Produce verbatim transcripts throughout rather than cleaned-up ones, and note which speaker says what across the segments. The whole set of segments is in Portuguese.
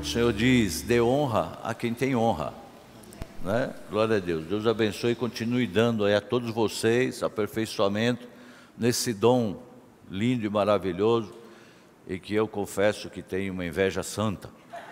Speaker 1: Senhor diz: dê honra a quem tem honra, né? Glória a Deus. Deus abençoe e continue dando aí a todos vocês aperfeiçoamento nesse dom lindo e maravilhoso, e que eu confesso que tenho uma inveja santa,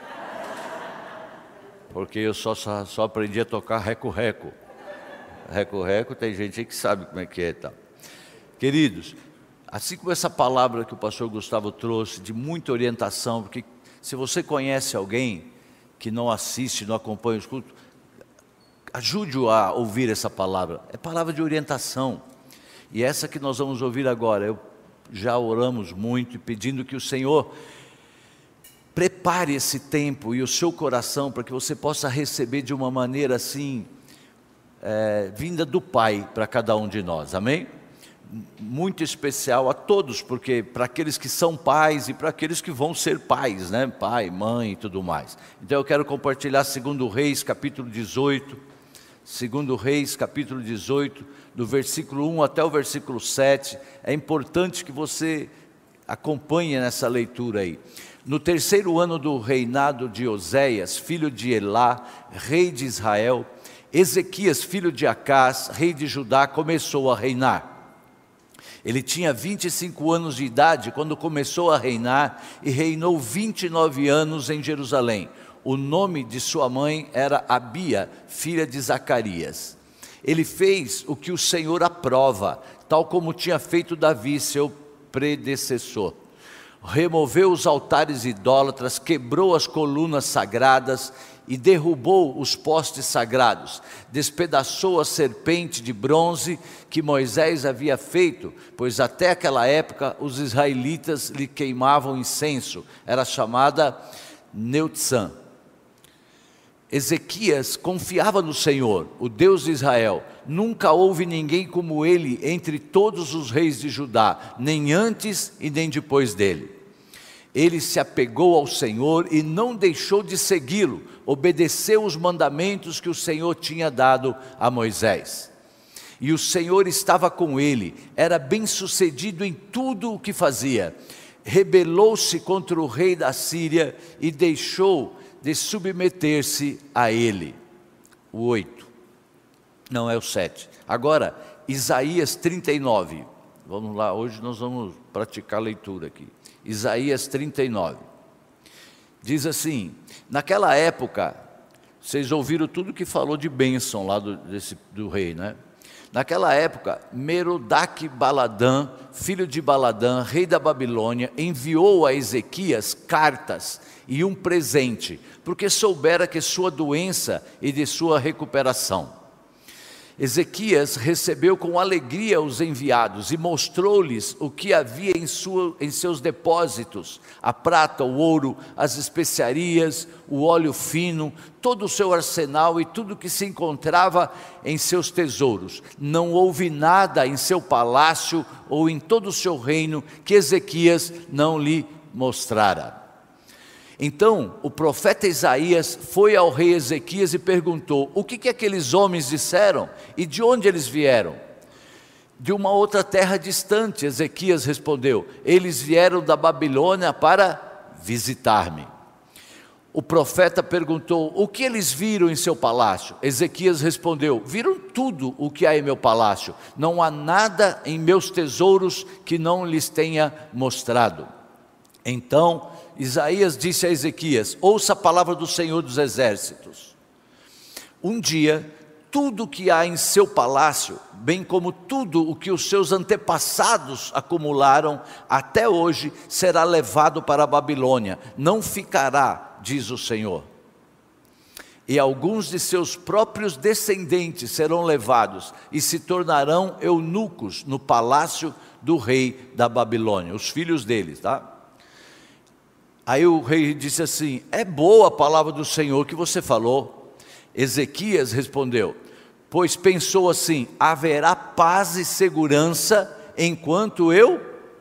Speaker 1: porque eu só, só, só aprendi a tocar reco-reco. Reco-reco, tem gente aí que sabe como é que é, tá? Queridos, assim como essa palavra que o pastor Gustavo trouxe, de muita orientação, porque se você conhece alguém que não assiste, não acompanha os cultos, ajude-o a ouvir essa palavra. É palavra de orientação. E essa que nós vamos ouvir agora, eu já oramos muito, pedindo que o Senhor prepare esse tempo e o seu coração para que você possa receber de uma maneira assim, é, vinda do Pai para cada um de nós, amém? Muito especial a todos, porque para aqueles que são pais e para aqueles que vão ser pais, né? Pai, mãe e tudo mais. Então eu quero compartilhar segundo Reis, capítulo dezoito, segundo Reis, capítulo dezoito, do versículo um até o versículo sete. É importante que você acompanhe nessa leitura aí. No terceiro ano do reinado de Oséias, filho de Elá, rei de Israel, Ezequias, filho de Acás, rei de Judá, começou a reinar. Ele tinha vinte e cinco anos de idade quando começou a reinar e reinou vinte e nove anos em Jerusalém. O nome de sua mãe era Abia, filha de Zacarias. Ele fez o que o Senhor aprova, tal como tinha feito Davi, seu predecessor. Removeu os altares idólatras, quebrou as colunas sagradas e derrubou os postes sagrados, despedaçou a serpente de bronze que Moisés havia feito, pois até aquela época os israelitas lhe queimavam incenso, era chamada Neutzã. Ezequias confiava no Senhor, o Deus de Israel. Nunca houve ninguém como ele entre todos os reis de Judá, nem antes e nem depois dele. Ele se apegou ao Senhor e não deixou de segui-lo, obedeceu os mandamentos que o Senhor tinha dado a Moisés. E o Senhor estava com ele, era bem-sucedido em tudo o que fazia. Rebelou-se contra o rei da Síria e deixou de submeter-se a ele. O oito, não é o sete. Agora, Isaías trinta e nove. Vamos lá, hoje nós vamos praticar a leitura aqui. Isaías trinta e nove, diz assim: naquela época, vocês ouviram tudo que falou de bênção lá do, desse, do rei, né? Naquela época, Merodach-Baladã, filho de Baladã, rei da Babilônia, enviou a Ezequias cartas e um presente, porque soubera que sua doença e de sua recuperação. Ezequias recebeu com alegria os enviados e mostrou-lhes o que havia em, sua, em seus depósitos, a prata, o ouro, as especiarias, o óleo fino, todo o seu arsenal e tudo que se encontrava em seus tesouros. Não houve nada em seu palácio ou em todo o seu reino que Ezequias não lhe mostrara. Então o profeta Isaías foi ao rei Ezequias e perguntou: o que, que aqueles homens disseram e de onde eles vieram? De uma outra terra distante, Ezequias respondeu: eles vieram da Babilônia para visitar-me. O profeta perguntou: o que eles viram em seu palácio? Ezequias respondeu: viram tudo o que há em meu palácio, não há nada em meus tesouros que não lhes tenha mostrado. Então Isaías disse a Ezequias: ouça a palavra do Senhor dos Exércitos. Um dia, tudo o que há em seu palácio, bem como tudo o que os seus antepassados acumularam até hoje, será levado para a Babilônia, não ficará, diz o Senhor. E alguns de seus próprios descendentes serão levados e se tornarão eunucos no palácio do rei da Babilônia, os filhos deles, tá? Aí o rei disse assim: é boa a palavra do Senhor que você falou. Ezequias respondeu: pois pensou assim, haverá paz e segurança enquanto eu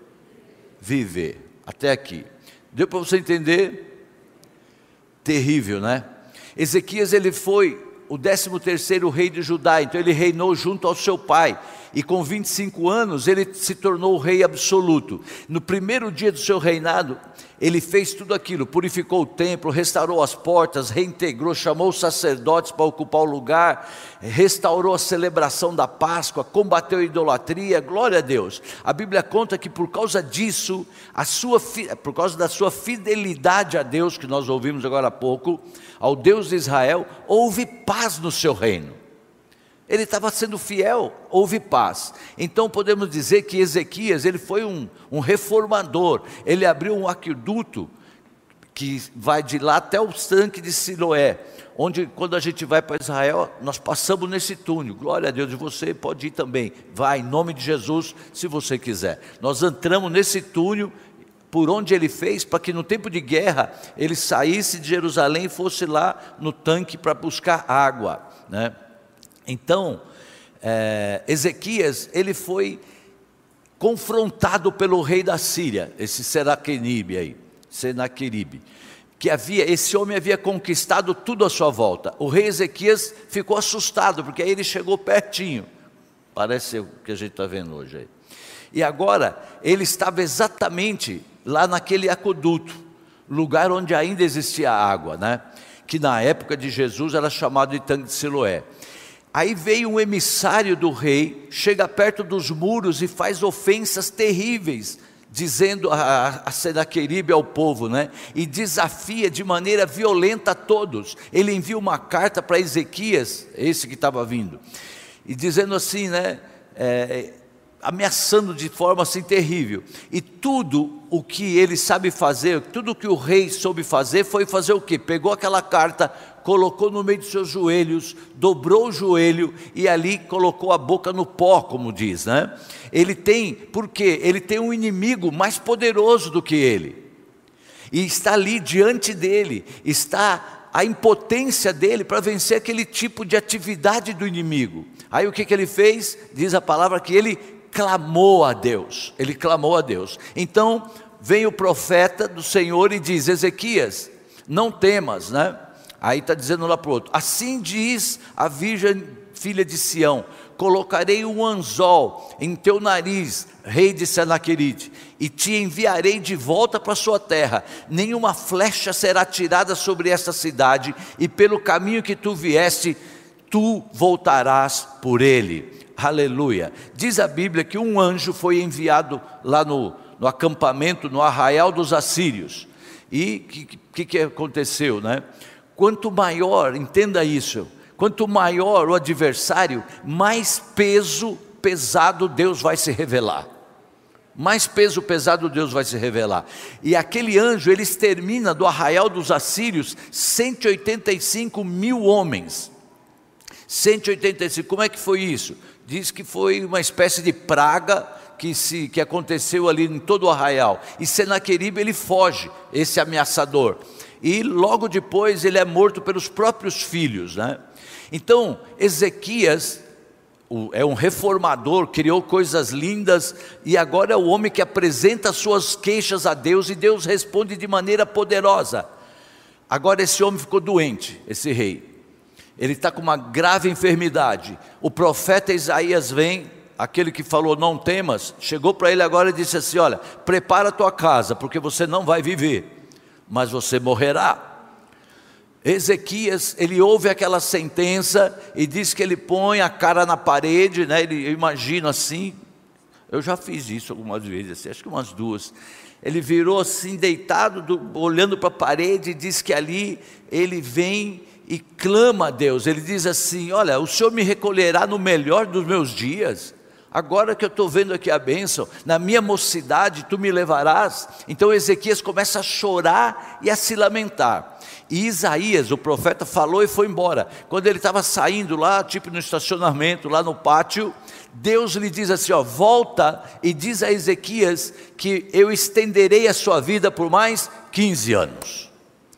Speaker 1: viver. Até aqui, deu para você entender? Terrível, né? Ezequias, ele foi o décimo terceiro rei de Judá, então ele reinou junto ao seu pai, e com vinte e cinco anos ele se tornou o rei absoluto. No primeiro dia do seu reinado, ele fez tudo aquilo, purificou o templo, restaurou as portas, reintegrou, chamou os sacerdotes para ocupar o lugar, restaurou a celebração da Páscoa, combateu a idolatria, glória a Deus. A Bíblia conta que por causa disso, a sua, por causa da sua fidelidade a Deus, que nós ouvimos agora há pouco, ao Deus de Israel, houve paz no seu reino. Ele estava sendo fiel, houve paz. Então podemos dizer que Ezequias, ele foi um, um reformador. Ele abriu um aqueduto que vai de lá até o tanque de Siloé, onde quando a gente vai para Israel, nós passamos nesse túnel. Glória a Deus, e você pode ir também. Vai, em nome de Jesus, se você quiser. Nós entramos nesse túnel, por onde ele fez, para que no tempo de guerra, ele saísse de Jerusalém e fosse lá no tanque para buscar água, né? Então, é, Ezequias, ele foi confrontado pelo rei da Síria, esse Senaqueribe aí, Senaqueribe, que havia, esse homem havia conquistado tudo à sua volta. O rei Ezequias ficou assustado, porque aí ele chegou pertinho, parece o que a gente está vendo hoje aí. E agora, ele estava exatamente lá naquele aqueduto, lugar onde ainda existia água, né? Que na época de Jesus era chamado de tanque de Siloé. Aí veio um emissário do rei, chega perto dos muros e faz ofensas terríveis, dizendo a, a Senaqueribe ao povo, né? E desafia de maneira violenta a todos. Ele envia uma carta para Ezequias, esse que estava vindo, e dizendo assim, né? É, ameaçando de forma assim terrível. E tudo o que ele sabe fazer, tudo o que o rei soube fazer, foi fazer o quê? Pegou aquela carta, colocou no meio dos seus joelhos, dobrou o joelho e ali colocou a boca no pó, como diz, né? Ele tem, por quê? Ele tem um inimigo mais poderoso do que ele, e está ali diante dele, está a impotência dele para vencer aquele tipo de atividade do inimigo. Aí o que, que ele fez? Diz a palavra que ele clamou a Deus, ele clamou a Deus. Então vem o profeta do Senhor e diz: Ezequias, não temas, né? Aí está dizendo lá para o outro: assim diz a virgem filha de Sião, colocarei um anzol em teu nariz, rei de Senaqueribe, e te enviarei de volta para a sua terra. Nenhuma flecha será tirada sobre esta cidade, e pelo caminho que tu vieste, tu voltarás por ele. Aleluia. Diz a Bíblia que um anjo foi enviado lá no, no acampamento, no arraial dos assírios. E o que, que, que aconteceu, né? Quanto maior, entenda isso, quanto maior o adversário, mais peso pesado Deus vai se revelar. Mais peso pesado Deus vai se revelar. E aquele anjo, ele extermina do arraial dos assírios cento e oitenta e cinco mil homens. cento e oitenta e cinco, como é que foi isso? Diz que foi uma espécie de praga que, se, que aconteceu ali em todo o arraial. E Senaqueribe, ele foge, esse ameaçador. E logo depois ele é morto pelos próprios filhos, né? Então Ezequias é um reformador, criou coisas lindas, e agora é o homem que apresenta suas queixas a Deus, e Deus responde de maneira poderosa. Agora esse homem ficou doente, esse rei. Ele está com uma grave enfermidade. O profeta Isaías vem, aquele que falou não temas, chegou para ele agora e disse assim: olha, prepara a tua casa, porque você não vai viver, mas você morrerá. Ezequias, ele ouve aquela sentença e diz que ele põe a cara na parede, né? Ele, eu imagino assim, eu já fiz isso algumas vezes, assim, acho que umas duas. Ele virou assim deitado, do, olhando para a parede, e diz que ali ele vem e clama a Deus. Ele diz assim: olha, o Senhor me recolherá no melhor dos meus dias. Agora que eu estou vendo aqui a bênção, na minha mocidade tu me levarás. Então Ezequias começa a chorar e a se lamentar. E Isaías, o profeta, falou e foi embora. Quando ele estava saindo lá, tipo no estacionamento, lá no pátio, Deus lhe diz assim: ó, volta e diz a Ezequias que eu estenderei a sua vida por mais quinze anos.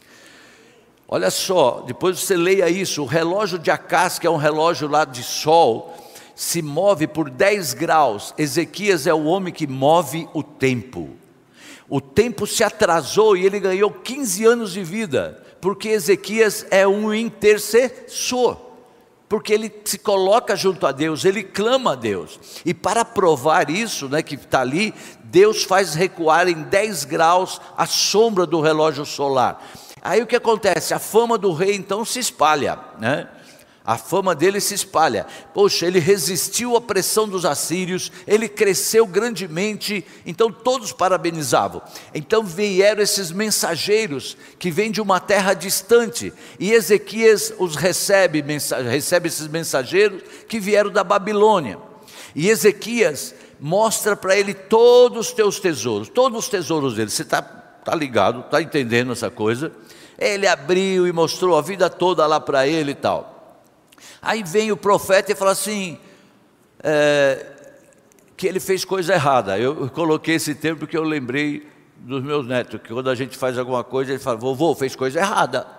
Speaker 1: Olha só, depois você leia isso. O relógio de Acás, que é um relógio lá de sol, se move por dez graus. Ezequias é o homem que move o tempo. O tempo se atrasou e ele ganhou quinze anos de vida, porque Ezequias é um intercessor. porque ele se coloca junto a Deus, ele clama a Deus. E para provar isso, né, que está ali, Deus faz recuar em dez graus a sombra do relógio solar. Aí o que acontece? A fama do rei então se espalha, né? A fama dele se espalha. Poxa, ele resistiu à pressão dos assírios, ele cresceu grandemente, então todos parabenizavam. Então vieram esses mensageiros que vêm de uma terra distante, e Ezequias os recebe, recebe esses mensageiros que vieram da Babilônia. E Ezequias mostra para ele todos os teus tesouros, todos os tesouros dele. Você está tá ligado, está entendendo essa coisa? Ele abriu e mostrou a vida toda lá para ele e tal. Aí vem o profeta e fala assim, é, que ele fez coisa errada. Eu coloquei esse termo porque eu lembrei dos meus netos, que quando a gente faz alguma coisa, ele fala, vovô, fez coisa errada.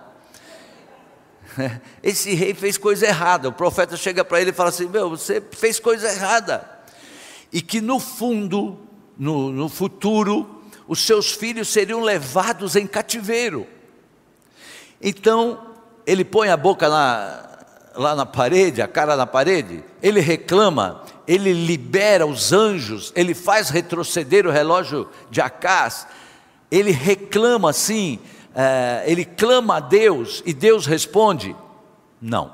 Speaker 1: Esse rei fez coisa errada. O profeta chega para ele e fala assim, meu, você fez coisa errada. E que no fundo, no, no futuro, os seus filhos seriam levados em cativeiro. Então, ele põe a boca na... lá na parede, a cara na parede, ele reclama, ele libera os anjos, ele faz retroceder o relógio de Acás, ele reclama assim, é, ele clama a Deus, e Deus responde, não,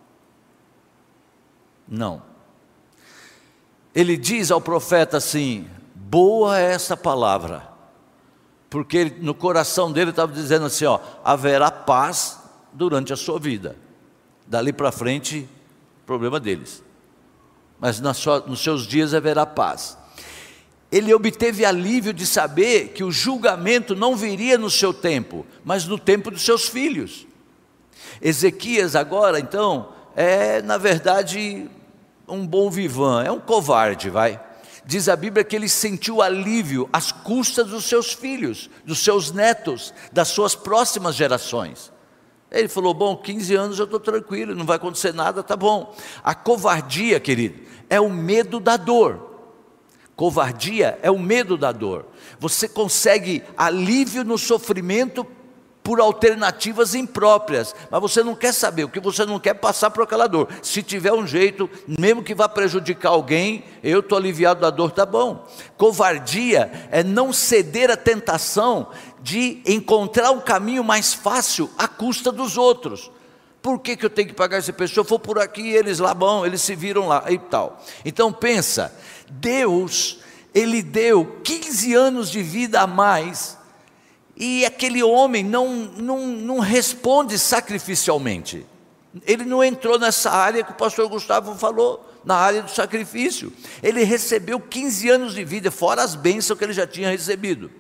Speaker 1: não, ele diz ao profeta assim, boa é essa palavra, porque ele, no coração dele estava dizendo assim, ó, haverá paz durante a sua vida. Dali para frente, problema deles. Mas na sua, nos seus dias haverá paz. Ele obteve alívio de saber que o julgamento não viria no seu tempo, mas no tempo dos seus filhos. Ezequias agora, então, é na verdade um bom vivant, é um covarde, vai. Diz a Bíblia que ele sentiu alívio às custas dos seus filhos, dos seus netos, das suas próximas gerações. Ele falou, bom, quinze anos eu estou tranquilo, não vai acontecer nada, tá bom. A covardia, querido, é o medo da dor. Covardia é o medo da dor. Você consegue alívio no sofrimento por alternativas impróprias, mas você não quer saber, o que você não quer é passar por aquela dor. Se tiver um jeito, mesmo que vá prejudicar alguém, eu estou aliviado da dor, tá bom. Covardia é não ceder à tentação de encontrar um caminho mais fácil à custa dos outros. Por que, que eu tenho que pagar essa pessoa? Eu for por aqui, eles lá, bom, eles se viram lá e tal. Então pensa, Deus, Ele deu quinze anos de vida a mais, e aquele homem não, não, não responde sacrificialmente. Ele não entrou nessa área que o pastor Gustavo falou, na área do sacrifício. Ele recebeu quinze anos de vida, fora as bênçãos que ele já tinha recebido.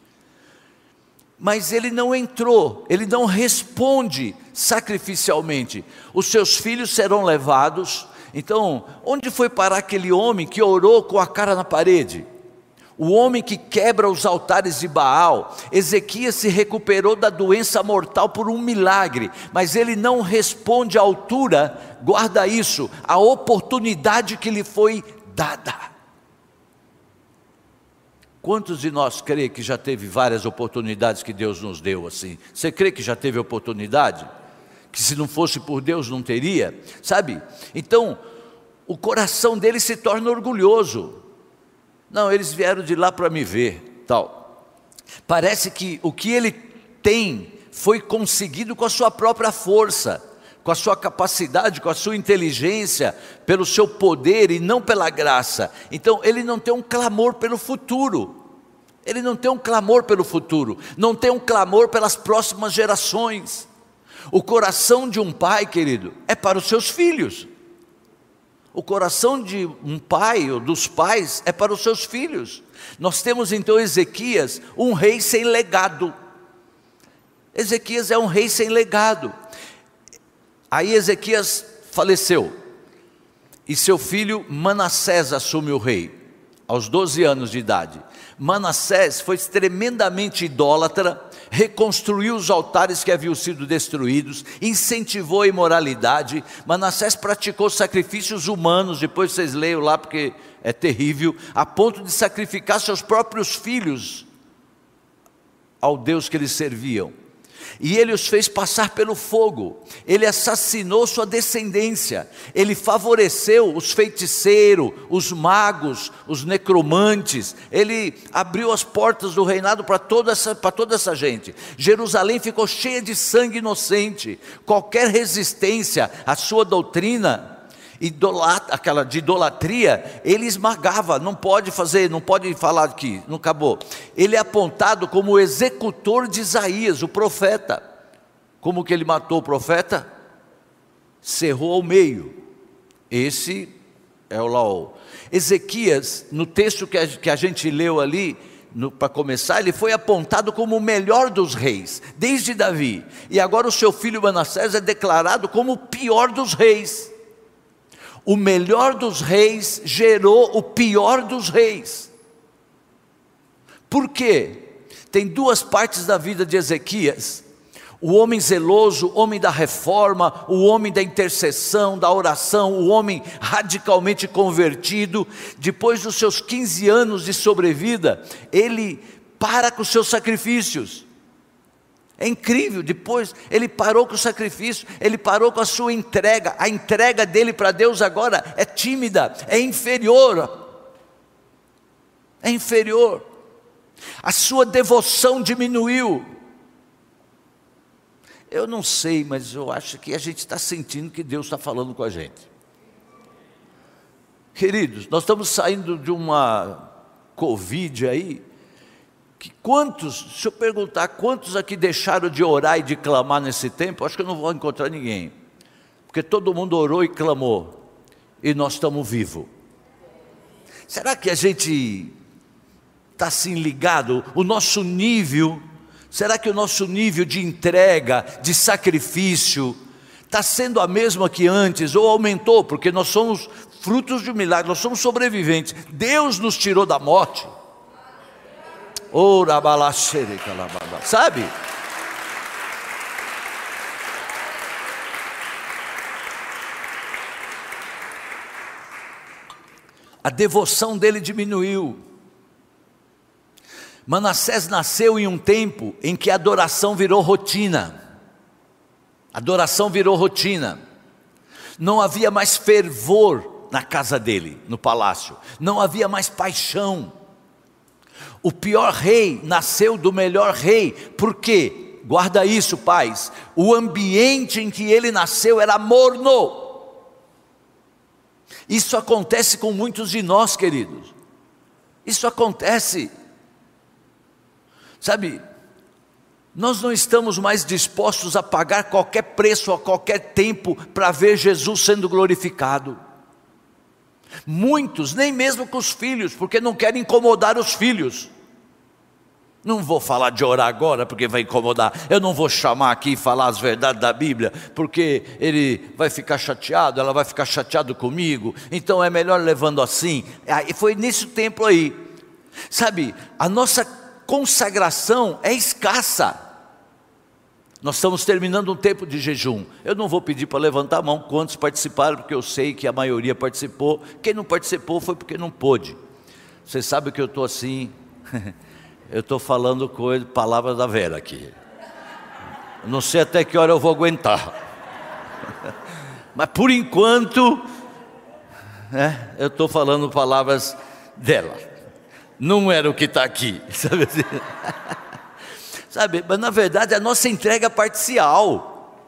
Speaker 1: Mas ele não entrou, ele não responde sacrificialmente. Os seus filhos serão levados. Então, onde foi parar aquele homem que orou com a cara na parede? O homem que quebra os altares de Baal. Ezequias se recuperou da doença mortal por um milagre, mas ele não responde à altura, guarda isso, a oportunidade que lhe foi dada. Quantos de nós crê que já teve várias oportunidades que Deus nos deu assim? Você crê que já teve oportunidade? Que se não fosse por Deus não teria? Sabe? Então, o coração dele se torna orgulhoso. Não, eles vieram de lá para me ver, tal. Parece que o que ele tem foi conseguido com a sua própria força, com a sua capacidade, com a sua inteligência, pelo seu poder e não pela graça. Então ele não tem um clamor pelo futuro, ele não tem um clamor pelo futuro, não tem um clamor pelas próximas gerações. O coração de um pai, querido, é para os seus filhos. O coração de um pai, ou dos pais, é para os seus filhos. Nós temos então Ezequias, um rei sem legado. Ezequias é um rei sem legado. Aí Ezequias faleceu, e seu filho Manassés assume o rei, aos doze anos de idade. Manassés foi tremendamente idólatra, reconstruiu os altares que haviam sido destruídos, incentivou a imoralidade. Manassés praticou sacrifícios humanos, depois vocês leiam lá porque é terrível, a ponto de sacrificar seus próprios filhos ao Deus que eles serviam. e ele os fez passar pelo fogo, ele assassinou sua descendência, ele favoreceu os feiticeiros, os magos, os necromantes, ele abriu as portas do reinado para toda essa, para toda essa gente. Jerusalém ficou cheia de sangue inocente, qualquer resistência à sua doutrina, Idolat, aquela de idolatria, ele esmagava. Não pode fazer, não pode falar aqui, não acabou. Ele é apontado como o executor de Isaías, o profeta. Como que ele matou o profeta? Cerrou ao meio. Esse é o Laol. Ezequias, no texto que a, que a gente leu ali, para começar, ele foi apontado como o melhor dos reis, desde Davi. E agora o seu filho Manassés é declarado como o pior dos reis. O melhor dos reis gerou o pior dos reis. Por quê? Tem duas partes da vida de Ezequias: o homem zeloso, o homem da reforma, o homem da intercessão, da oração, o homem radicalmente convertido. Depois dos seus quinze anos de sobrevida, ele para com os seus sacrifícios. É incrível, depois ele parou com o sacrifício, ele parou com a sua entrega. A entrega dele para Deus agora é tímida, é inferior. É inferior. A sua devoção diminuiu. Eu não sei, mas eu acho que a gente está sentindo que Deus está falando com a gente. Queridos, nós estamos saindo de uma Covid aí, que quantos, se eu perguntar, quantos aqui deixaram de orar e de clamar nesse tempo, acho que eu não vou encontrar ninguém, porque todo mundo orou e clamou, e nós estamos vivos. Será que a gente está assim ligado, o nosso nível, será que o nosso nível de entrega, de sacrifício, está sendo a mesma que antes, ou aumentou? Porque nós somos frutos de um milagre, nós somos sobreviventes, Deus nos tirou da morte. Sabe? A devoção dele diminuiu. Manassés nasceu em um tempo em que a adoração virou rotina. Adoração virou rotina. Não havia mais fervor na casa dele, no palácio. Não havia mais paixão. O pior rei nasceu do melhor rei. Por quê? Guarda isso, pais. O ambiente em que ele nasceu era morno. Isso acontece com muitos de nós, queridos. Isso acontece. Sabe, nós não estamos mais dispostos a pagar qualquer preço a qualquer tempo para ver Jesus sendo glorificado. Muitos, nem mesmo com os filhos, porque não querem incomodar os filhos. Não vou falar de orar agora, porque vai incomodar. Eu não vou chamar aqui e falar as verdades da Bíblia, porque ele vai ficar chateado, ela vai ficar chateada comigo. Então é melhor levando assim. E foi nesse tempo aí. Sabe, a nossa consagração é escassa. Nós estamos terminando um tempo de jejum. Eu não vou pedir para levantar a mão quantos participaram, porque eu sei que a maioria participou. Quem não participou foi porque não pôde. Você sabe que eu estou assim... Eu estou falando coisa, palavras da Vera aqui. Eu não sei até que hora eu vou aguentar. Mas por enquanto, né, eu estou falando palavras dela. Não era o que está aqui. Sabe assim? Sabe, mas na verdade a nossa entrega é parcial.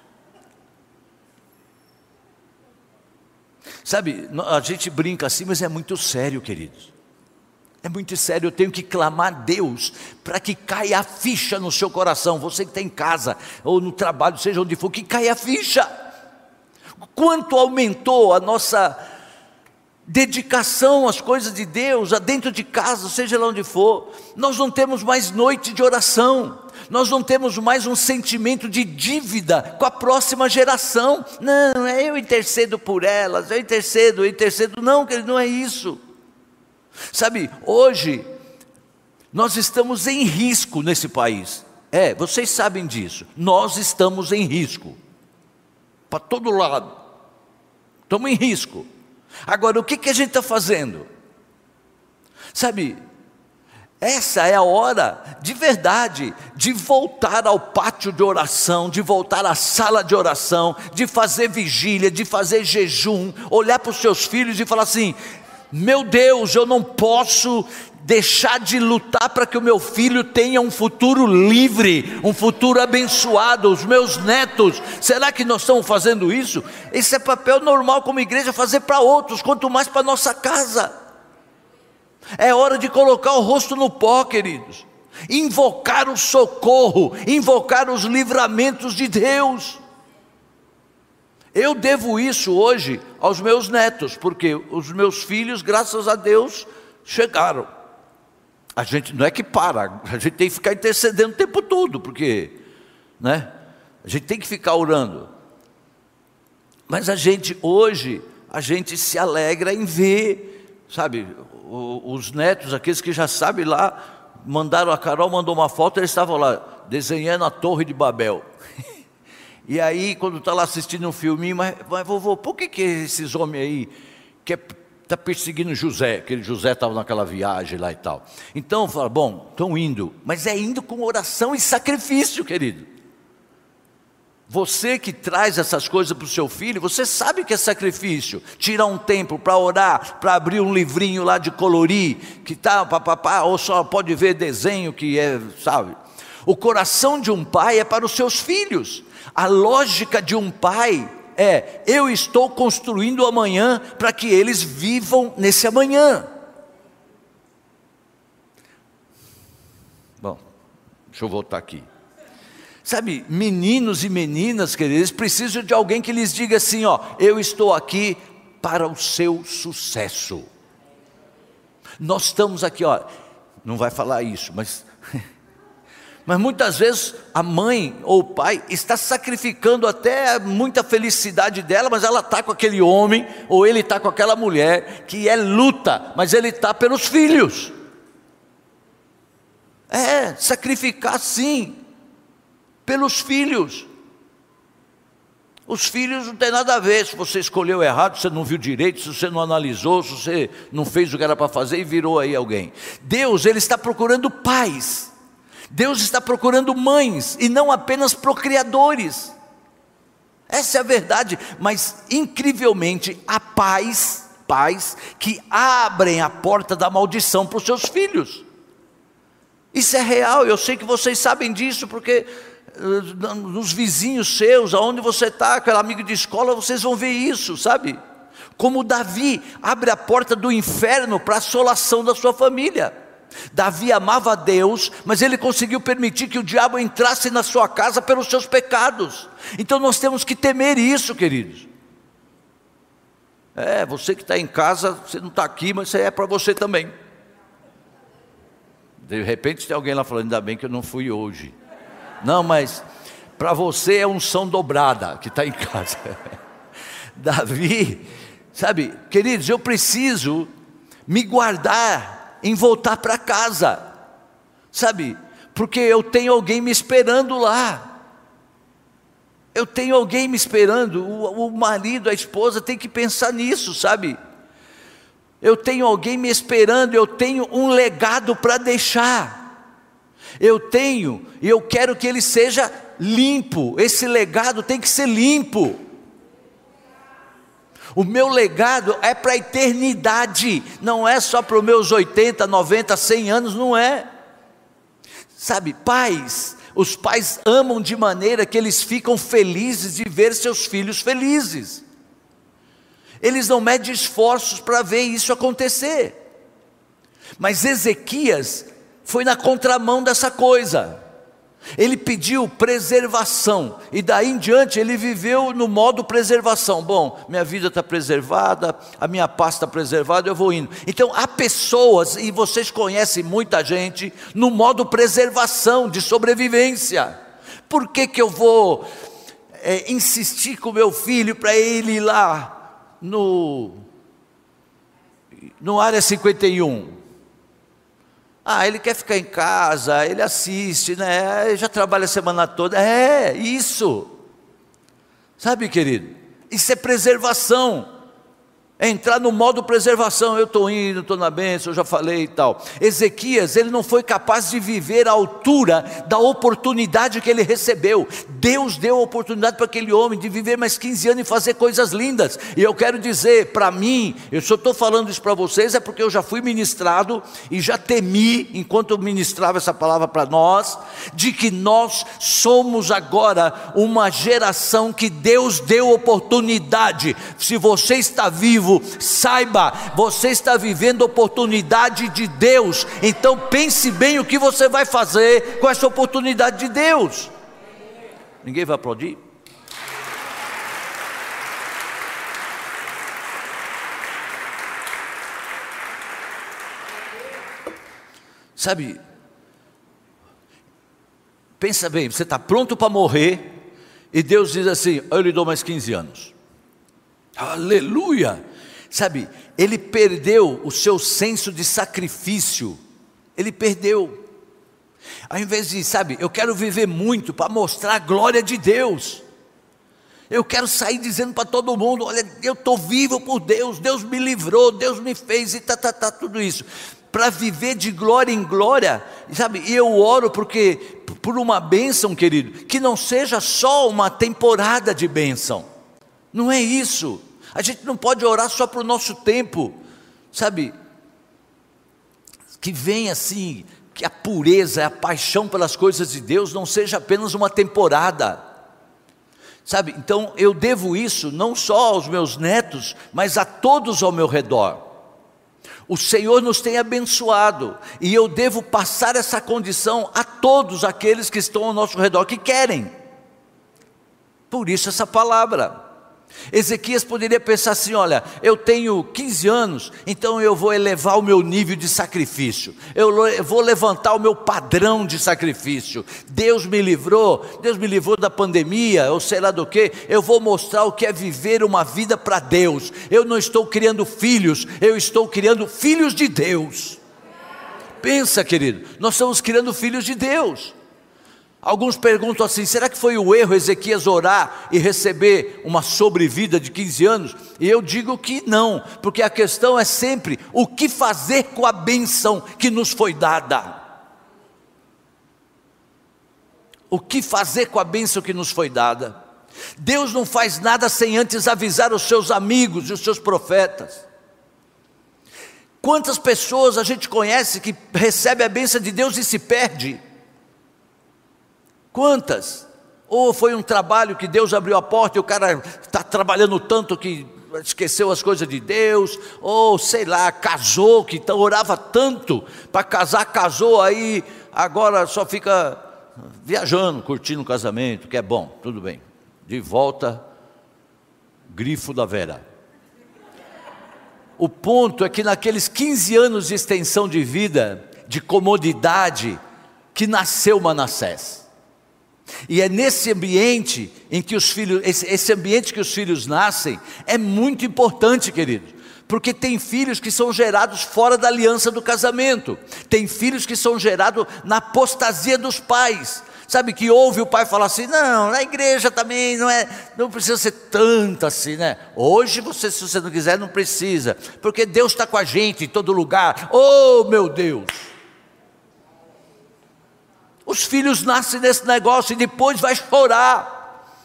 Speaker 1: Sabe, a gente brinca assim, mas é muito sério, queridos. É muito sério, eu tenho que clamar a Deus para que caia a ficha no seu coração. Você que está em casa, ou no trabalho, seja onde for, que caia a ficha. Quanto aumentou a nossa dedicação às coisas de Deus, dentro de casa, seja lá onde for. Nós não temos mais noite de oração. Nós não temos mais um sentimento de dívida com a próxima geração. Não, eu intercedo por elas, eu intercedo, eu intercedo. Não, querido, não é isso. Sabe, hoje nós estamos em risco nesse país. É, vocês sabem disso. Nós estamos em risco. Para todo lado. Estamos em risco. Agora, o que, que a gente está fazendo? Sabe, Essa é a hora, de verdade, de voltar ao pátio de oração, de voltar à sala de oração, de fazer vigília, de fazer jejum, olhar para os seus filhos e falar assim: meu Deus, eu não posso deixar de lutar para que o meu filho tenha um futuro livre, um futuro abençoado, os meus netos. Será que nós estamos fazendo isso? Esse é papel normal como igreja, fazer para outros, quanto mais para a nossa casa. É hora de colocar o rosto no pó, queridos, invocar o socorro, invocar os livramentos de Deus. Eu devo isso hoje aos meus netos, porque os meus filhos, graças a Deus, chegaram. A gente não é que para, a gente tem que ficar intercedendo o tempo todo, porque, né, a gente tem que ficar orando. Mas a gente hoje, a gente se alegra em ver, sabe, os netos, aqueles que já sabem lá, mandaram, a Carol mandou uma foto, eles estavam lá, desenhando a Torre de Babel. E aí, quando está lá assistindo um filminho, mas, mas vovô, por que, que esses homens aí, que está perseguindo José, aquele José estava naquela viagem lá e tal. Então, fala, bom, estão indo, mas é indo com oração e sacrifício, querido. Você que traz essas coisas para o seu filho, você sabe que é sacrifício. Tirar um tempo para orar, para abrir um livrinho lá de colorir, que tá, papapá, ou só pode ver desenho que é, sabe. O coração de um pai é para os seus filhos. A lógica de um pai é: eu estou construindo o amanhã para que eles vivam nesse amanhã. Bom, deixa eu voltar aqui. Sabe, meninos e meninas, queridos, eles precisam de alguém que lhes diga assim, ó: eu estou aqui para o seu sucesso. Nós estamos aqui, ó, não vai falar isso, mas, mas muitas vezes a mãe ou o pai está sacrificando até muita felicidade dela, mas ela está com aquele homem, ou ele está com aquela mulher, que é luta, mas ele está pelos filhos. É, sacrificar sim, pelos filhos. Os filhos não tem nada a ver se você escolheu errado, se você não viu direito, se você não analisou, se você não fez o que era para fazer e virou aí alguém. Deus, Ele está procurando pais, Deus está procurando mães, e não apenas procriadores. Essa é a verdade. Mas incrivelmente há pais, pais que abrem a porta da maldição para os seus filhos. Isso é real, eu sei que vocês sabem disso, porque nos vizinhos seus, aonde você está, aquele amigo de escola, vocês vão ver isso, sabe? Como Davi abre a porta do inferno para a assolação da sua família. Davi amava a Deus, mas ele conseguiu permitir que o diabo entrasse na sua casa pelos seus pecados. Então nós temos que temer isso, queridos. É, você que está em casa, você não está aqui, mas isso é para você também. De repente tem alguém lá falando: ainda bem que eu não fui hoje. Não, mas para você é unção dobrada que está em casa. Davi, sabe, queridos, eu preciso me guardar em voltar para casa, sabe, porque eu tenho alguém me esperando lá. Eu tenho alguém me esperando. O, o marido, a esposa tem que pensar nisso, sabe? Eu tenho alguém me esperando, eu tenho um legado para deixar. Eu tenho, e eu quero que ele seja limpo. Esse legado tem que ser limpo. O meu legado é para a eternidade, não é só para os meus oitenta, noventa, cem anos, não é. Sabe, pais, os pais amam de maneira que eles ficam felizes de ver seus filhos felizes. Eles não medem esforços para ver isso acontecer. Mas Ezequias foi na contramão dessa coisa. Ele pediu preservação, e daí em diante ele viveu no modo preservação. Bom, minha vida está preservada, a minha paz está preservada, eu vou indo. Então há pessoas, e vocês conhecem muita gente, no modo preservação, de sobrevivência. Por que que eu vou é, insistir com meu filho para ele ir lá no, no área cinquenta e um? Ah, ele quer ficar em casa, ele assiste, né? Ele já trabalha a semana toda. É, isso. Sabe, querido? Isso é preservação. É entrar no modo preservação. Eu estou indo, estou na bênção, eu já falei e tal. Ezequias, ele não foi capaz de viver à altura da oportunidade que ele recebeu. Deus deu a oportunidade para aquele homem de viver mais quinze anos e fazer coisas lindas. E eu quero dizer, para mim, eu só estou falando isso para vocês, é porque eu já fui ministrado e já temi, enquanto eu ministrava essa palavra para nós, de que nós somos agora uma geração que Deus deu oportunidade. Se você está vivo, saiba, você está vivendo a oportunidade de Deus. Então pense bem o que você vai fazer com essa oportunidade de Deus. Ninguém vai aplaudir? Sabe, pensa bem, você está pronto para morrer e Deus diz assim: eu lhe dou mais quinze anos. Aleluia! Sabe, ele perdeu o seu senso de sacrifício. Ele perdeu. Ao invés de, sabe, eu quero viver muito para mostrar a glória de Deus. Eu quero sair dizendo para todo mundo: olha, eu estou vivo por Deus, Deus me livrou, Deus me fez e tá, tá, tá, tudo isso. Para viver de glória em glória, sabe, e eu oro porque, por uma bênção, querido, que não seja só uma temporada de bênção. Não é isso. A gente não pode orar só para o nosso tempo, sabe, que venha assim, que a pureza, a paixão pelas coisas de Deus não seja apenas uma temporada, sabe. Então eu devo isso não só aos meus netos, mas a todos ao meu redor. O Senhor nos tem abençoado, e eu devo passar essa condição a todos aqueles que estão ao nosso redor, que querem. Por isso essa palavra. Ezequias poderia pensar assim: olha, eu tenho quinze anos, então eu vou elevar o meu nível de sacrifício, eu vou levantar o meu padrão de sacrifício. Deus me livrou, Deus me livrou da pandemia, ou sei lá do que, eu vou mostrar o que é viver uma vida para Deus. Eu não estou criando filhos, eu estou criando filhos de Deus. Pensa, querido, nós estamos criando filhos de Deus. Alguns perguntam assim: será que foi o erro Ezequias orar e receber uma sobrevida de quinze anos? E eu digo que não, porque a questão é sempre o que fazer com a bênção que nos foi dada. O que fazer com a bênção que nos foi dada? Deus não faz nada sem antes avisar os seus amigos e os seus profetas. Quantas pessoas a gente conhece que recebe a bênção de Deus e se perde? Quantas? Ou foi um trabalho que Deus abriu a porta e o cara está trabalhando tanto que esqueceu as coisas de Deus, ou sei lá, casou, que orava tanto para casar, casou, aí agora só fica viajando, curtindo o casamento, que é bom, tudo bem. De volta, grifo da Vera. O ponto é que naqueles quinze anos de extensão de vida, de comodidade, que nasceu Manassés. E é nesse ambiente em que os filhos, esse, esse ambiente que os filhos nascem, é muito importante, queridos, porque tem filhos que são gerados fora da aliança do casamento, tem filhos que são gerados na apostasia dos pais, sabe, que ouve o pai falar assim: não, na igreja também não é, não precisa ser tanto assim, né? Hoje você, se você não quiser, não precisa, porque Deus está com a gente em todo lugar. Oh meu Deus! Os filhos nascem nesse negócio e depois vai chorar.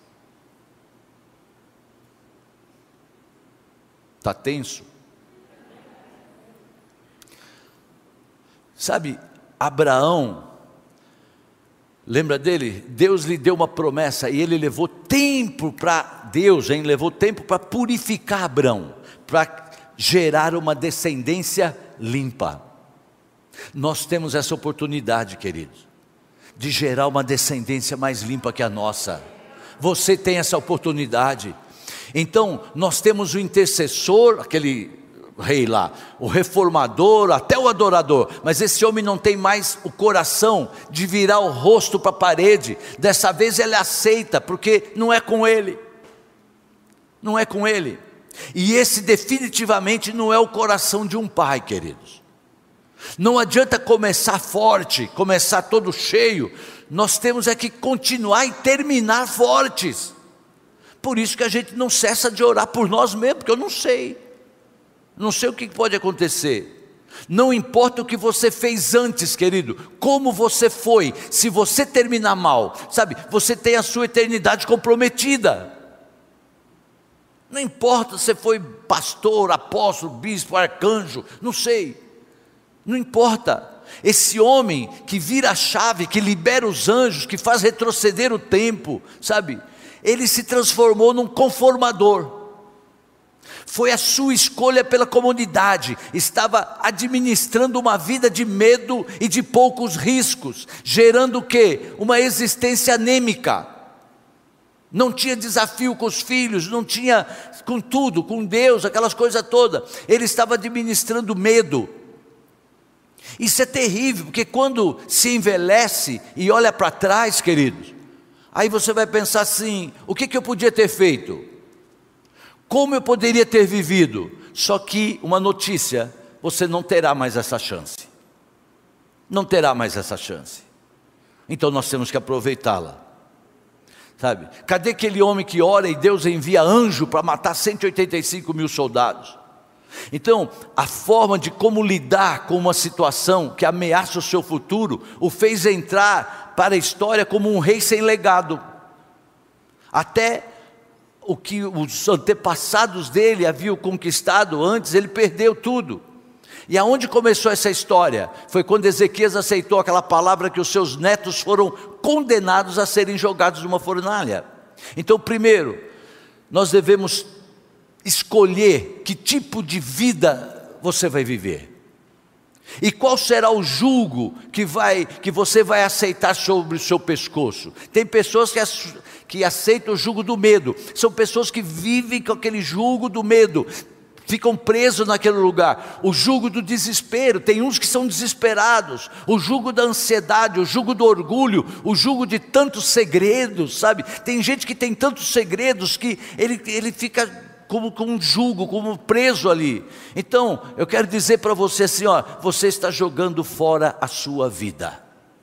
Speaker 1: Está tenso? Sabe, Abraão, lembra dele? Deus lhe deu uma promessa e ele levou tempo para, Deus, hein, levou tempo para purificar Abraão, para gerar uma descendência limpa. Nós temos essa oportunidade, queridos, de gerar uma descendência mais limpa que a nossa. Você tem essa oportunidade. Então nós temos o intercessor, aquele rei lá, o reformador, até o adorador, mas esse homem não tem mais o coração de virar o rosto para a parede. Dessa vez ele aceita, porque não é com ele, não é com ele. E esse definitivamente não é o coração de um pai, queridos. Não adianta começar forte, começar todo cheio. Nós temos é que continuar e terminar fortes, Por isso que a gente não cessa de orar por nós mesmos, porque eu não sei. Não sei o que pode acontecer. Não importa o que você fez antes, querido, como você foi, se você terminar mal, sabe, você tem a sua eternidade comprometida. Não importa se você foi pastor, apóstolo, bispo, arcanjo, não sei, não importa. Esse homem que vira a chave, que libera os anjos, que faz retroceder o tempo, sabe, ele se transformou num conformador. Foi a sua escolha pela comunidade, estava administrando uma vida de medo e de poucos riscos, gerando o quê? Uma existência anêmica. Não tinha desafio com os filhos, não tinha com tudo, com Deus, aquelas coisas todas. Ele estava administrando medo. Isso é terrível, porque quando se envelhece e olha para trás, queridos, aí você vai pensar assim: o que, que eu podia ter feito? Como eu poderia ter vivido? Só que uma notícia: você não terá mais essa chance. Não terá mais essa chance. Então nós temos que aproveitá-la. Sabe? Cadê aquele homem que ora e Deus envia anjo para matar cento e oitenta e cinco mil soldados? Então, a forma de como lidar com uma situação que ameaça o seu futuro, o fez entrar para a história como um rei sem legado. Até o que os antepassados dele haviam conquistado antes, ele perdeu tudo. E aonde começou essa história? Foi quando Ezequias aceitou aquela palavra que os seus netos foram condenados a serem jogados numa fornalha. Então, primeiro, nós devemos escolher que tipo de vida você vai viver. E qual será o jugo que, vai, que você vai aceitar sobre o seu pescoço? Tem pessoas que, que aceitam o jugo do medo. São pessoas que vivem com aquele jugo do medo, ficam presos naquele lugar. O jugo do desespero, tem uns que são desesperados. O jugo da ansiedade, o jugo do orgulho, o jugo de tantos segredos, sabe? Tem gente que tem tantos segredos que ele, ele fica como com um jugo, como preso ali. Então, eu quero dizer para você assim, ó, você está jogando fora a sua vida.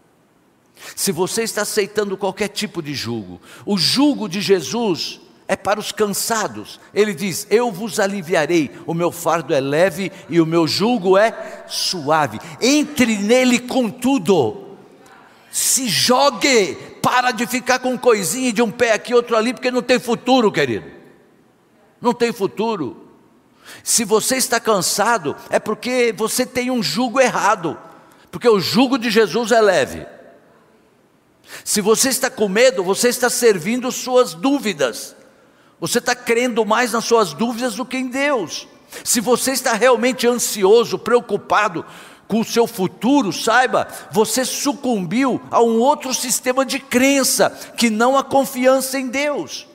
Speaker 1: Se você está aceitando qualquer tipo de jugo, o jugo de Jesus é para os cansados. Ele diz: eu vos aliviarei, o meu fardo é leve e o meu jugo é suave. Entre nele com tudo. Se jogue, para de ficar com coisinha de um pé aqui, outro ali, porque não tem futuro, querido. Não tem futuro. Se você está cansado, é porque você tem um jugo errado, porque o jugo de Jesus é leve. Se você está com medo, você está servindo suas dúvidas, você está crendo mais nas suas dúvidas do que em Deus. Se você está realmente ansioso, preocupado com o seu futuro, saiba, você sucumbiu a um outro sistema de crença, que não a confiança em Deus.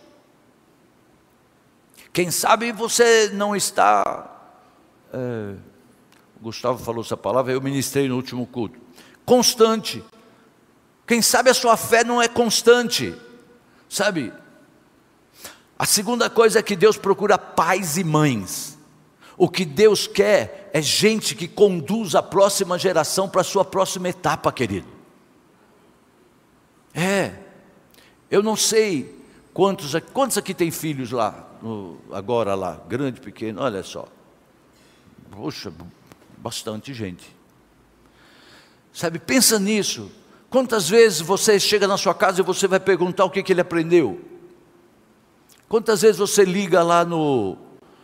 Speaker 1: Quem sabe você não está, é, o Gustavo falou essa palavra, eu ministrei no último culto, constante. Quem sabe a sua fé não é constante, sabe? A segunda coisa é que Deus procura pais e mães. O que Deus quer é gente que conduz a próxima geração para a sua próxima etapa, querido. É, eu não sei quantos, quantos aqui tem filhos lá, no, agora lá, grande, pequeno, olha só. Poxa, bastante gente. Sabe, pensa nisso. Quantas vezes você chega na sua casa e você vai perguntar o que, que ele aprendeu? Quantas vezes você liga lá no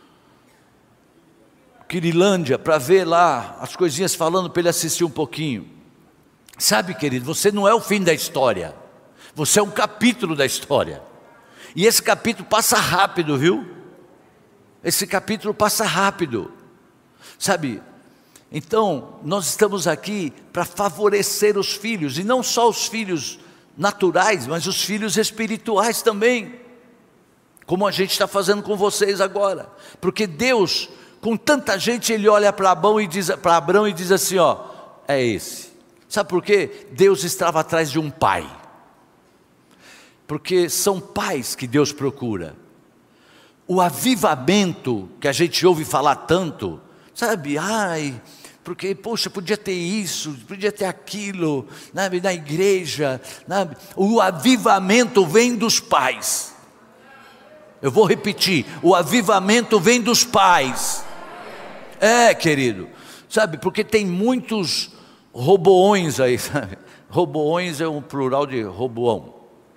Speaker 1: Quirilândia para ver lá as coisinhas falando para ele assistir um pouquinho? Sabe, querido, você não é o fim da história, você é um capítulo da história. E esse capítulo passa rápido, viu? Esse capítulo passa rápido, sabe? Então, nós estamos aqui para favorecer os filhos, e não só os filhos naturais, mas os filhos espirituais também, como a gente está fazendo com vocês agora. Porque Deus, com tanta gente, Ele olha para Abrão e diz, para Abrão e diz assim, ó, é esse. Sabe por quê? Deus estava atrás de um pai. Porque são pais que Deus procura. O avivamento que a gente ouve falar tanto, sabe, ai, porque, poxa, podia ter isso, podia ter aquilo, sabe, na igreja, sabe? O avivamento vem dos pais. Eu vou repetir: o avivamento vem dos pais. É, querido, sabe, porque tem muitos roboões aí, sabe? Roboões é um plural de roboão.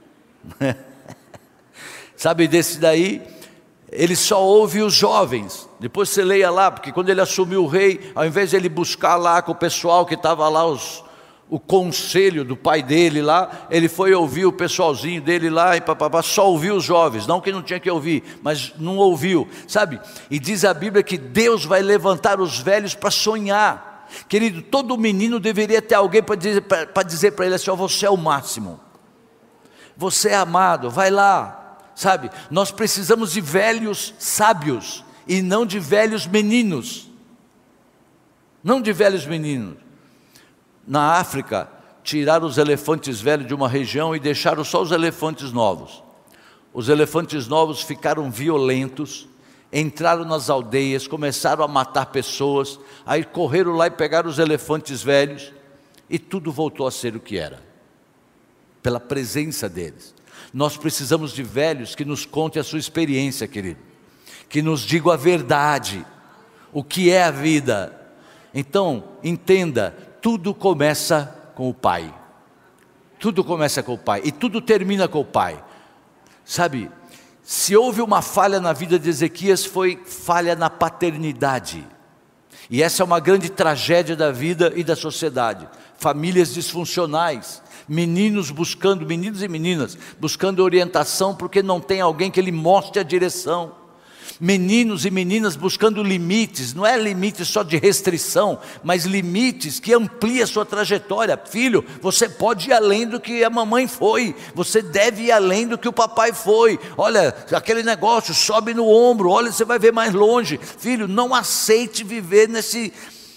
Speaker 1: Sabe, desse daí, ele só ouve os jovens. Depois você leia lá, porque quando ele assumiu o rei, ao invés de ele buscar lá com o pessoal que estava lá, os, o conselho do pai dele lá, ele foi ouvir o pessoalzinho dele lá, e papapá, só ouviu os jovens, não que não tinha que ouvir, mas não ouviu, sabe? E diz a Bíblia que Deus vai levantar os velhos para sonhar. Querido, todo menino deveria ter alguém para dizer para dizer para ele assim: ó, você é o máximo, você é amado, vai lá. Sabe, nós precisamos de velhos sábios e não de velhos meninos. Não de velhos meninos. Na África, tiraram os elefantes velhos de uma região e deixaram só os elefantes novos. Os elefantes novos ficaram violentos, entraram nas aldeias, começaram a matar pessoas, aí correram lá e pegaram os elefantes velhos, e tudo voltou a ser o que era, pela presença deles. Nós precisamos de velhos que nos contem a sua experiência, querido, que nos digam a verdade, o que é a vida. Então, entenda, tudo começa com o pai, tudo começa com o pai, e tudo termina com o pai. Sabe, se houve uma falha na vida de Ezequias, foi falha na paternidade, e essa é uma grande tragédia da vida e da sociedade. Famílias disfuncionais, meninos buscando, meninos e meninas, buscando orientação porque não tem alguém que lhe mostre a direção. Meninos e meninas buscando limites, não é limites só de restrição, mas limites que ampliem a sua trajetória. Filho, você pode ir além do que a mamãe foi, você deve ir além do que o papai foi. Olha, aquele negócio, sobe no ombro, olha, você vai ver mais longe. Filho, não aceite viver nesse,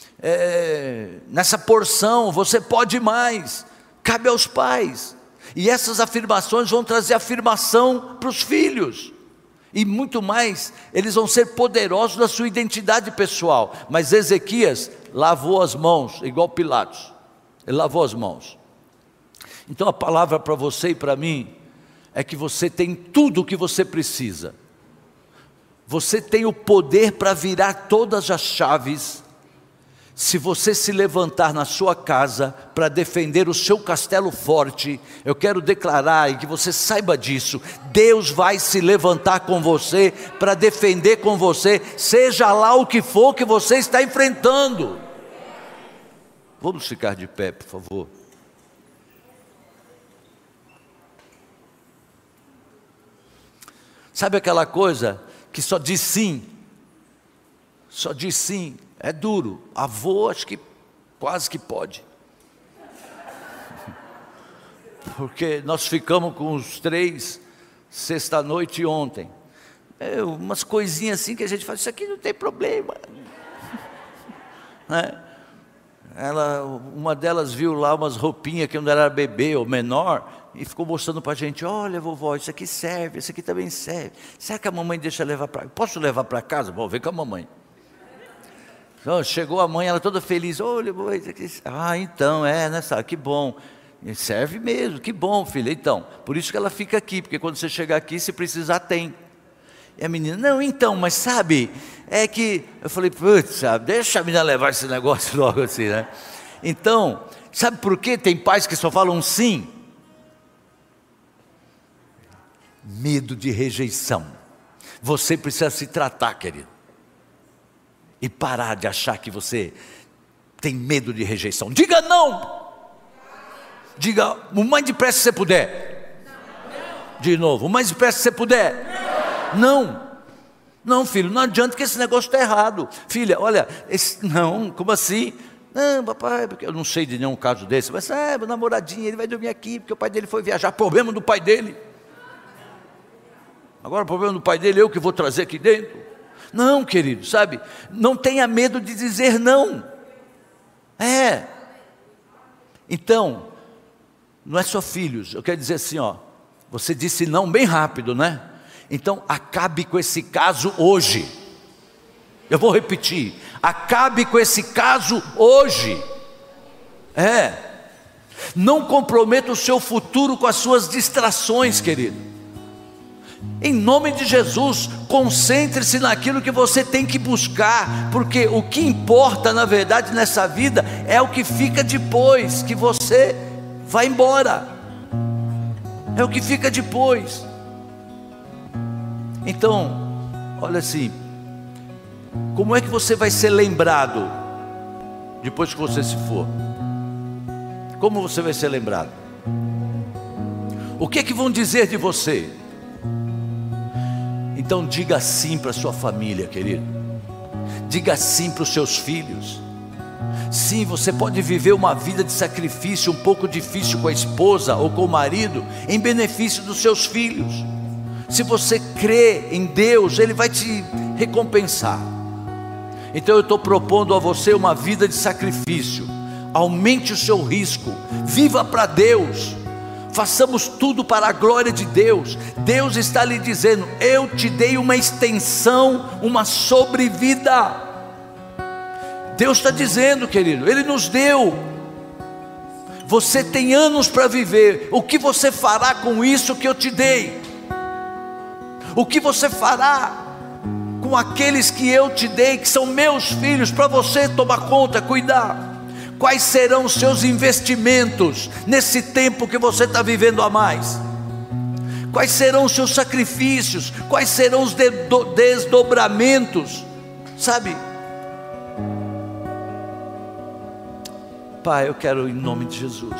Speaker 1: é, nessa porção, você pode mais. Cabe aos pais, e essas afirmações vão trazer afirmação para os filhos, e muito mais, eles vão ser poderosos na sua identidade pessoal. Mas Ezequias lavou as mãos, igual Pilatos, ele lavou as mãos. Então a palavra para você e para mim, é que você tem tudo o que você precisa, você tem o poder para virar todas as chaves, se você se levantar na sua casa para defender o seu castelo forte. Eu quero declarar e que você saiba disso: Deus vai se levantar com você para defender com você, seja lá o que for que você está enfrentando. Vamos ficar de pé, por favor. Sabe aquela coisa que só diz sim, só diz sim? É duro. Avô, acho que quase que pode. Porque nós ficamos com os três sexta-noite e ontem. É, umas coisinhas assim que a gente fala: isso aqui não tem problema. Né? Ela, uma delas viu lá umas roupinhas que não era bebê ou menor, e ficou mostrando para a gente: olha, vovó, isso aqui serve, isso aqui também serve. Será que a mamãe deixa levar para... Posso levar para casa? Bom, vem com a mamãe. Então, chegou a mãe, ela toda feliz: olha, isso aqui... ah, então, é, né, sabe, que bom, serve mesmo, que bom, filha. Então, por isso que ela fica aqui, porque quando você chegar aqui, se precisar, tem. E a menina: não, então, mas sabe, é que... Eu falei: putz, sabe, deixa a menina levar esse negócio logo assim, né? Então, sabe por quê? Tem pais que só falam sim. Medo de rejeição. Você precisa se tratar, querido, e parar de achar que você tem medo de rejeição. Diga não. Diga o mais depressa que você puder. De novo, o mais depressa que você puder. Não. Não, filho, não adianta, que esse negócio está errado. Filha, olha, esse... não, como assim? Não, papai, porque eu não sei de nenhum caso desse, mas é, meu namoradinho, ele vai dormir aqui, porque o pai dele foi viajar. Problema do pai dele. Agora o problema do pai dele, eu que vou trazer aqui dentro. Não, querido, sabe, não tenha medo de dizer não. É. Então, não é só filhos, eu quero dizer assim, ó, você disse não bem rápido, né? Então acabe com esse caso hoje. Eu vou repetir: acabe com esse caso hoje. É. Não comprometa o seu futuro com as suas distrações, querido. Em nome de Jesus, concentre-se naquilo que você tem que buscar, porque o que importa na verdade nessa vida é o que fica depois que você vai embora, é o que fica depois. Então, olha assim, como é que você vai ser lembrado depois que você se for? Como você vai ser lembrado? O que é que vão dizer de você? Então diga sim para a sua família, querido. Diga sim para os seus filhos. Sim, você pode viver uma vida de sacrifício um pouco difícil com a esposa ou com o marido, em benefício dos seus filhos. Se você crê em Deus, Ele vai te recompensar. Então eu estou propondo a você uma vida de sacrifício. Aumente o seu risco, viva para Deus. Façamos tudo para a glória de Deus. Deus está lhe dizendo: eu te dei uma extensão, uma sobrevida. Deus está dizendo, querido, Ele nos deu. Você tem anos para viver. O que você fará com isso que eu te dei? O que você fará com aqueles que eu te dei, que são meus filhos, para você tomar conta, cuidar? Quais serão os seus investimentos nesse tempo que você está vivendo a mais? Quais serão os seus sacrifícios? Quais serão os desdobramentos? Sabe? Pai, eu quero, em nome de Jesus,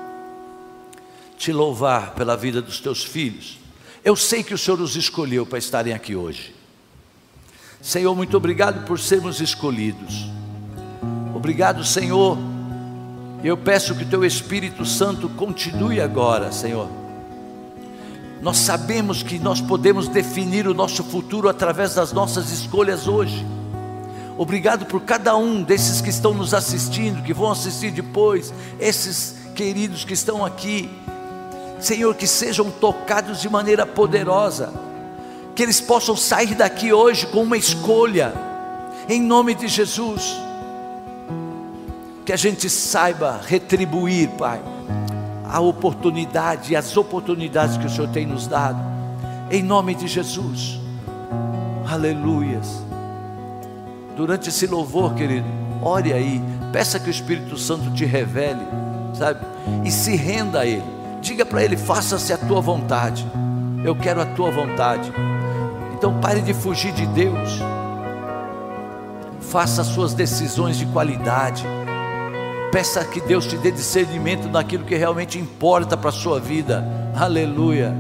Speaker 1: te louvar pela vida dos teus filhos. Eu sei que o Senhor os escolheu para estarem aqui hoje. Senhor, muito obrigado por sermos escolhidos. Obrigado, Senhor. Eu peço que o Teu Espírito Santo continue agora, Senhor. Nós sabemos que nós podemos definir o nosso futuro através das nossas escolhas hoje. Obrigado por cada um desses que estão nos assistindo, que vão assistir depois, esses queridos que estão aqui. Senhor, que sejam tocados de maneira poderosa, que eles possam sair daqui hoje com uma escolha, em nome de Jesus. Que a gente saiba retribuir, Pai, a oportunidade e as oportunidades que o Senhor tem nos dado, em nome de Jesus. Aleluias. Durante esse louvor, querido, ore aí, peça que o Espírito Santo te revele, sabe? E se renda a Ele. Diga para Ele: faça-se a tua vontade. Eu quero a tua vontade. Então pare de fugir de Deus. Faça as suas decisões de qualidade. Peça que Deus te dê discernimento naquilo que realmente importa para a sua vida. Aleluia.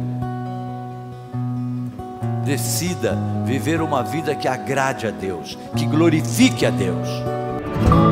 Speaker 1: Decida viver uma vida que agrade a Deus, que glorifique a Deus.